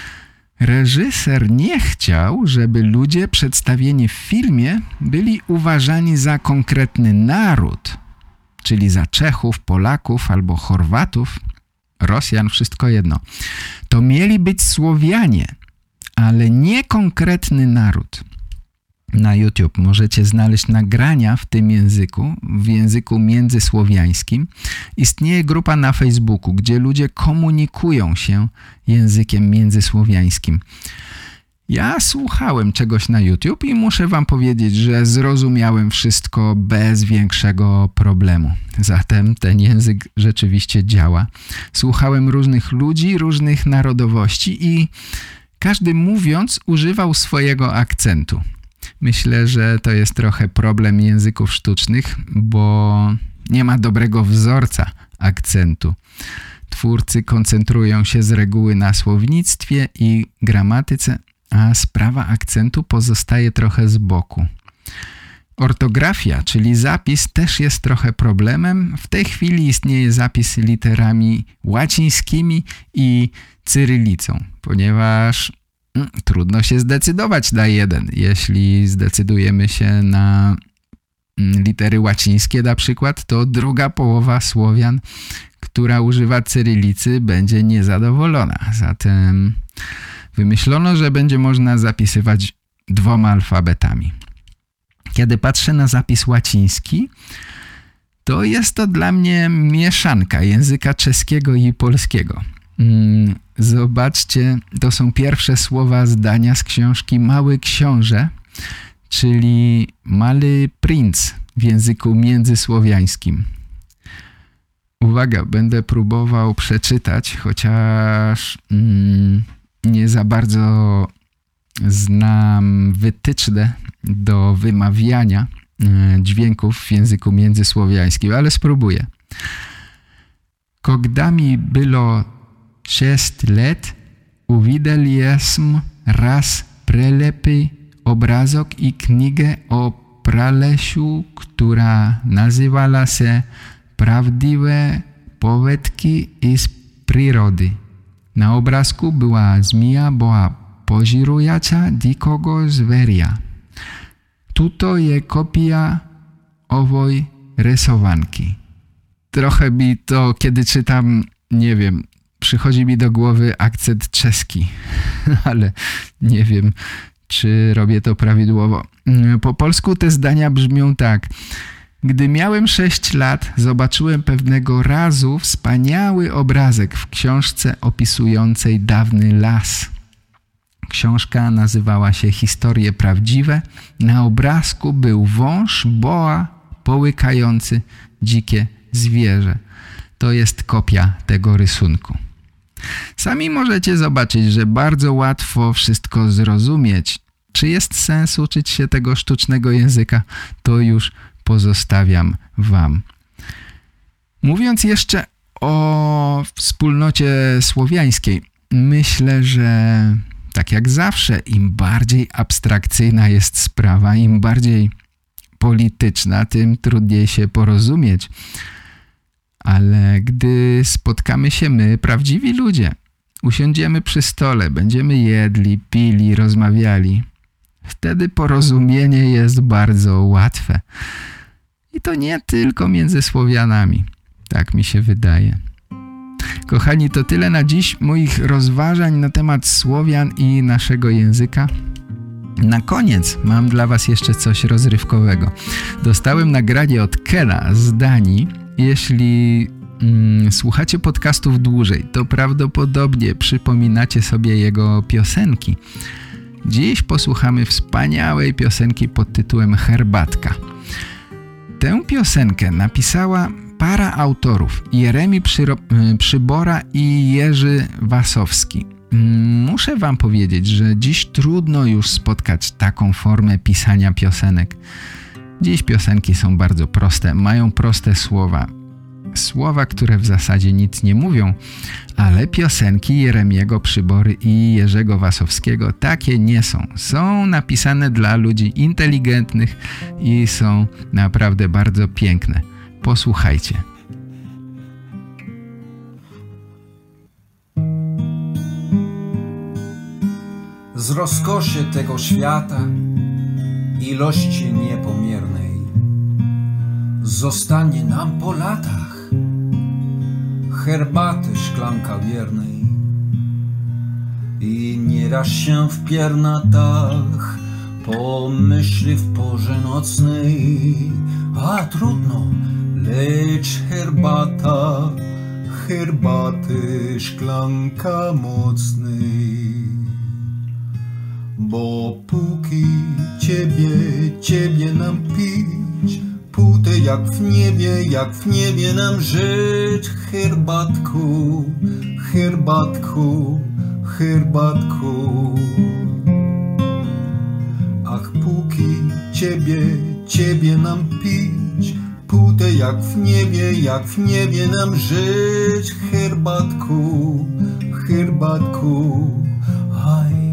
Reżyser nie chciał, żeby ludzie przedstawieni w filmie byli uważani za konkretny naród, czyli za Czechów, Polaków albo Chorwatów, Rosjan, wszystko jedno. To mieli być Słowianie, ale nie konkretny naród. Na YouTube możecie znaleźć nagrania w tym języku, w języku międzysłowiańskim. Istnieje grupa na Facebooku, gdzie ludzie komunikują się językiem międzysłowiańskim. Ja słuchałem czegoś na YouTube i muszę wam powiedzieć, że zrozumiałem wszystko bez większego problemu. Zatem ten język rzeczywiście działa. Słuchałem różnych ludzi, różnych narodowości i każdy mówiąc używał swojego akcentu. Myślę, że to jest trochę problem języków sztucznych, bo nie ma dobrego wzorca akcentu. Twórcy koncentrują się z reguły na słownictwie i gramatyce, a sprawa akcentu pozostaje trochę z boku. Ortografia, czyli zapis, też jest trochę problemem. W tej chwili istnieje zapis literami łacińskimi i cyrylicą, ponieważ hmm, trudno się zdecydować na jeden. Jeśli zdecydujemy się na litery łacińskie na przykład, to druga połowa Słowian, która używa cyrylicy, będzie niezadowolona. Zatem wymyślono, że będzie można zapisywać dwoma alfabetami. Kiedy patrzę na zapis łaciński, to jest to dla mnie mieszanka języka czeskiego i polskiego. Zobaczcie, to są pierwsze słowa zdania z książki Mały Książę, czyli Mały Princ w języku międzysłowiańskim. Uwaga, będę próbował przeczytać, chociaż mm, nie za bardzo znam wytyczne do wymawiania dźwięków w języku międzysłowiańskim, ale spróbuję. Когда mi było sześć lat, uwidziałem raz prelepy obrazok i knigę o pralesiu, która nazywała się Prawdziwe powietki z przyrody. Na obrazku była zmija boa pożirująca dzikogo zwieria. Tuto je kopia owej rysowanki. Trochę mi to, kiedy czytam, nie wiem, przychodzi mi do głowy akcent czeski, ale nie wiem, czy robię to prawidłowo. Po polsku te zdania brzmią tak. Gdy miałem sześć lat, zobaczyłem pewnego razu wspaniały obrazek w książce opisującej dawny las. Książka nazywała się Historie prawdziwe. Na obrazku był wąż, boa, połykający dzikie zwierzę. To jest kopia tego rysunku. Sami możecie zobaczyć, że bardzo łatwo wszystko zrozumieć. Czy jest sens uczyć się tego sztucznego języka, to już pozostawiam wam. Mówiąc jeszcze o wspólnocie słowiańskiej, myślę, że tak jak zawsze, im bardziej abstrakcyjna jest sprawa, im bardziej polityczna, tym trudniej się porozumieć. Ale gdy spotkamy się my, prawdziwi ludzie, usiądziemy przy stole, będziemy jedli, pili, rozmawiali, wtedy porozumienie jest bardzo łatwe. I to nie tylko między Słowianami. Tak mi się wydaje. Kochani, to tyle na dziś moich rozważań na temat Słowian i naszego języka. Na koniec mam dla was jeszcze coś rozrywkowego. Dostałem nagranie od Kena z Danii. Jeśli mm, słuchacie podcastów dłużej, to prawdopodobnie przypominacie sobie jego piosenki. Dziś posłuchamy wspaniałej piosenki pod tytułem Herbatka. Tę piosenkę napisała para autorów, Jeremi Przyro- Przybora i Jerzy Wasowski. Muszę wam powiedzieć, że dziś trudno już spotkać taką formę pisania piosenek. Dziś piosenki są bardzo proste, mają proste słowa. Słowa, które w zasadzie nic nie mówią, ale piosenki Jeremiego Przybory i Jerzego Wasowskiego takie nie są. Są napisane dla ludzi inteligentnych i są naprawdę bardzo piękne. Posłuchajcie. Z rozkoszy tego świata, ilości niepomiernej, zostanie nam po latach herbaty szklanka wiernej. I nieraz się w piernatach pomyśli w porze nocnej, a trudno, lecz herbata, herbaty szklanka mocnej. Bo póki ciebie, ciebie nam pić, póty jak w niebie, jak w niebie nam żyć. Herbatku, herbatku, herbatku. Ach, póki ciebie, ciebie nam pić, póty jak w niebie, jak w niebie nam żyć. Herbatku, herbatku, aj.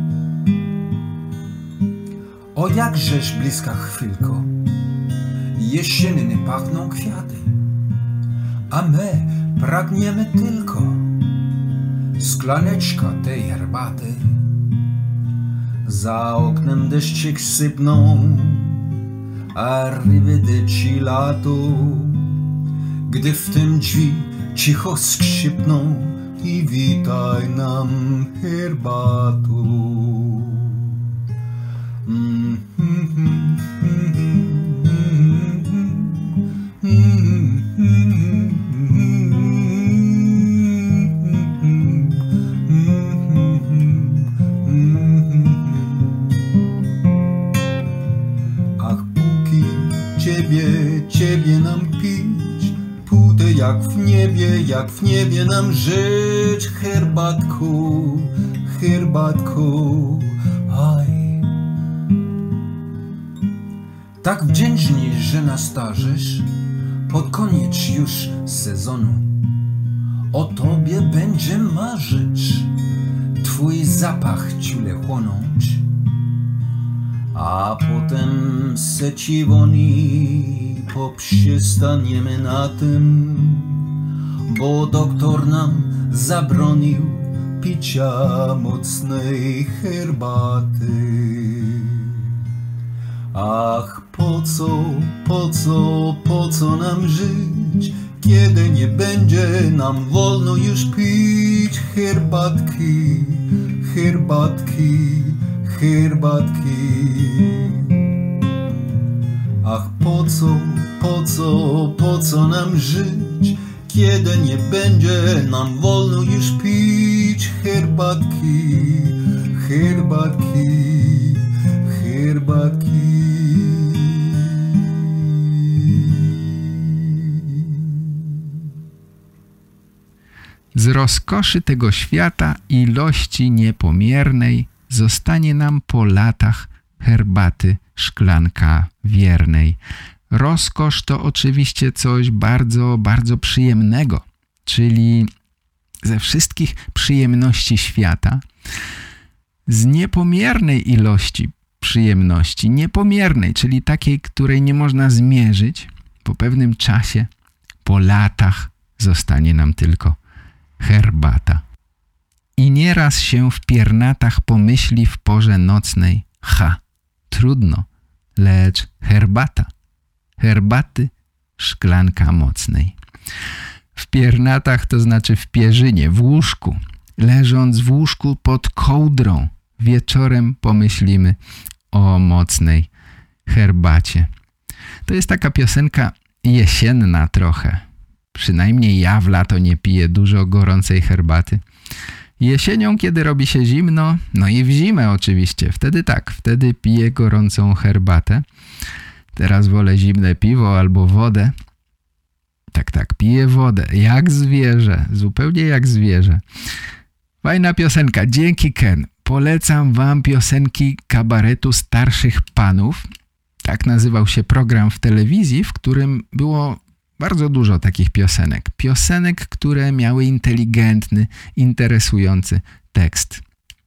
O jakżeż bliska chwilko, jesiennie pachną kwiaty, a my pragniemy tylko sklaneczka tej herbaty. Za oknem deszczyk sypną, arrivederci lato, gdy w tym drzwi cicho skrzypną i witaj nam herbatą. Mm, mm, mm, mm, mm, mm, mm, ach, póki ciebie, ciebie nam pić, póty jak w niebie, jak w niebie nam żyć. Herbatku, herbatku, aj. Tak wdzięczni, że nas tarzysz pod koniec już sezonu. O tobie będzie marzyć, twój zapach ciule chłonąć. A potem se ci woni poprzestaniemy na tym, bo doktor nam zabronił picia mocnej herbaty. Ach, po co, po co, po co nam żyć, kiedy nie będzie nam wolno już pić herbatki, herbatki, herbatki. Ach, po co, po co, po co nam żyć, kiedy nie będzie nam wolno już pić herbatki, herbatki, herbatki. Z rozkoszy tego świata ilości niepomiernej zostanie nam po latach herbaty szklanka wiernej. Rozkosz to oczywiście coś bardzo, bardzo przyjemnego, czyli ze wszystkich przyjemności świata, z niepomiernej ilości przyjemności, niepomiernej, czyli takiej, której nie można zmierzyć, po pewnym czasie, po latach zostanie nam tylko herbata. I nieraz się w piernatach pomyśli w porze nocnej, ha, trudno, lecz herbata, herbaty szklanka mocnej. W piernatach to znaczy w pierzynie, w łóżku, leżąc w łóżku pod kołdrą, wieczorem pomyślimy o mocnej herbacie. To jest taka piosenka jesienna trochę. Przynajmniej ja w lato nie piję dużo gorącej herbaty. Jesienią, kiedy robi się zimno, no i w zimę oczywiście, wtedy tak, wtedy piję gorącą herbatę. Teraz wolę zimne piwo albo wodę. Tak, tak, piję wodę, jak zwierzę, zupełnie jak zwierzę. Fajna piosenka, dzięki Ken. Polecam wam piosenki kabaretu starszych panów. Tak nazywał się program w telewizji, w którym było bardzo dużo takich piosenek. Piosenek, które miały inteligentny, interesujący tekst.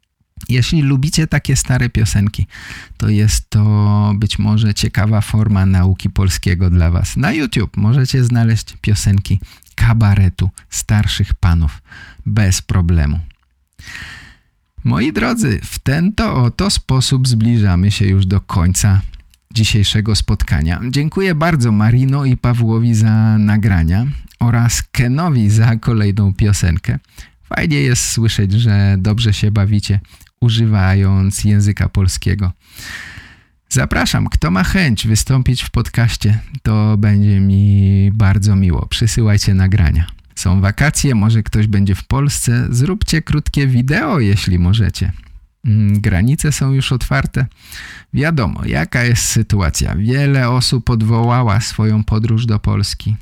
Jeśli lubicie takie stare piosenki, to jest to być może ciekawa forma nauki polskiego dla was. Na YouTube możecie znaleźć piosenki kabaretu starszych panów bez problemu. Moi drodzy, w ten to oto sposób zbliżamy się już do końca dzisiejszego spotkania. Dziękuję bardzo Marino i Pawłowi za nagrania oraz Kenowi za kolejną piosenkę. Fajnie jest słyszeć, że dobrze się bawicie, używając języka polskiego. Zapraszam, kto ma chęć wystąpić w podcaście, to będzie mi bardzo miło. Przysyłajcie nagrania. Są wakacje, może ktoś będzie w Polsce. Zróbcie krótkie wideo, jeśli możecie. Granice są już otwarte. Wiadomo, jaka jest sytuacja. Wiele osób odwołała swoją podróż do Polski.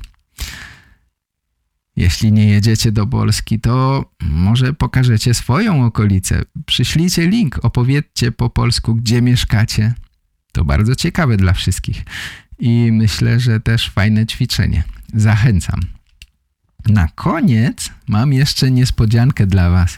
Jeśli nie jedziecie do Polski, to może pokażecie swoją okolicę. Przyślijcie link, opowiedzcie po polsku, gdzie mieszkacie. To bardzo ciekawe dla wszystkich. I myślę, że też fajne ćwiczenie. Zachęcam. Na koniec mam jeszcze niespodziankę dla was.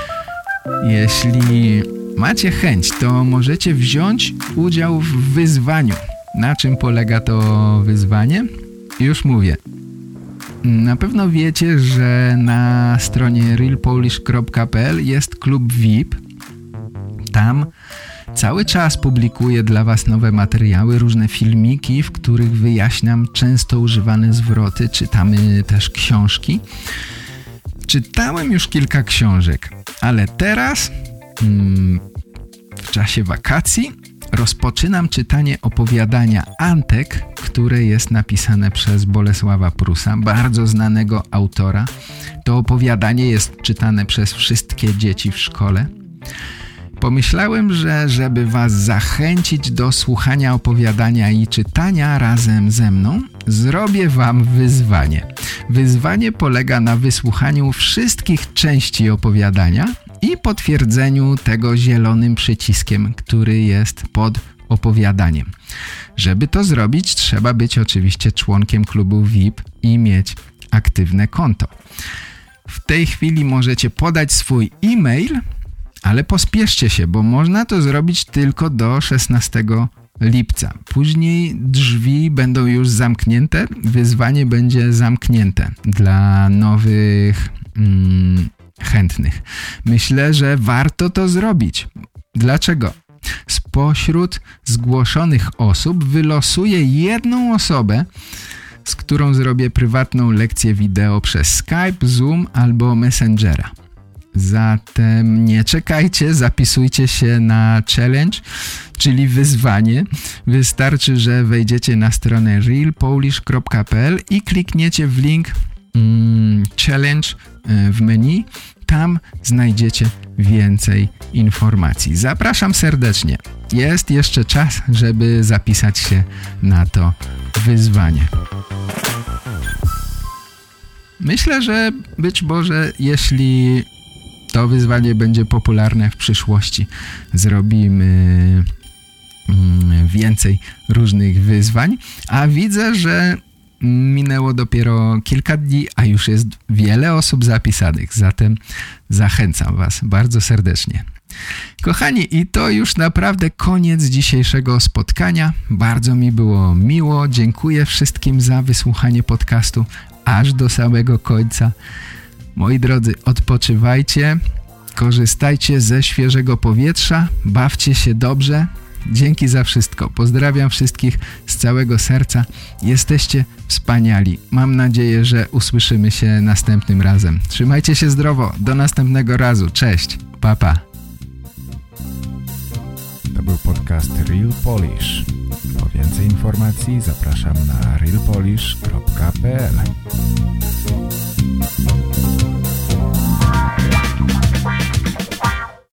Jeśli macie chęć, to możecie wziąć udział w wyzwaniu. Na czym polega to wyzwanie? Już mówię. Na pewno wiecie, że na stronie real polish kropka p l jest klub V I P. Tam cały czas publikuję dla was nowe materiały, różne filmiki, w których wyjaśniam często używane zwroty. Czytamy też książki. Czytałem już kilka książek, ale teraz hmm, w czasie wakacji rozpoczynam czytanie opowiadania Antek, które jest napisane przez Bolesława Prusa, bardzo znanego autora. To opowiadanie jest czytane przez wszystkie dzieci w szkole. Pomyślałem, że żeby was zachęcić do słuchania opowiadania i czytania razem ze mną, zrobię wam wyzwanie. Wyzwanie polega na wysłuchaniu wszystkich części opowiadania i potwierdzeniu tego zielonym przyciskiem, który jest pod opowiadaniem. Żeby to zrobić, trzeba być oczywiście członkiem klubu V I P i mieć aktywne konto. W tej chwili możecie podać swój e-mail, ale pospieszcie się, bo można to zrobić tylko do szesnastego lipca. Później drzwi będą już zamknięte, wyzwanie będzie zamknięte dla nowych mm, chętnych. Myślę, że warto to zrobić. Dlaczego? Spośród zgłoszonych osób wylosuję jedną osobę, z którą zrobię prywatną lekcję wideo przez Skype, Zoom albo Messengera. Zatem nie czekajcie, zapisujcie się na challenge, czyli wyzwanie. Wystarczy, że wejdziecie na stronę real polish kropka p l i klikniecie w link mm, challenge w menu. Tam znajdziecie więcej informacji. Zapraszam serdecznie. Jest jeszcze czas, żeby zapisać się na to wyzwanie. Myślę, że być może jeśli to wyzwanie będzie popularne w przyszłości, zrobimy więcej różnych wyzwań, a widzę, że minęło dopiero kilka dni, a już jest wiele osób zapisanych, zatem zachęcam was bardzo serdecznie. Kochani, i to już naprawdę koniec dzisiejszego spotkania. Bardzo mi było miło. Dziękuję wszystkim za wysłuchanie podcastu aż do samego końca. Moi drodzy, odpoczywajcie, korzystajcie ze świeżego powietrza, bawcie się dobrze. Dzięki za wszystko. Pozdrawiam wszystkich z całego serca. Jesteście wspaniali. Mam nadzieję, że usłyszymy się następnym razem. Trzymajcie się zdrowo. Do następnego razu. Cześć. Pa, pa. To był podcast Real Polish. Po więcej informacji zapraszam na real polish kropka p l.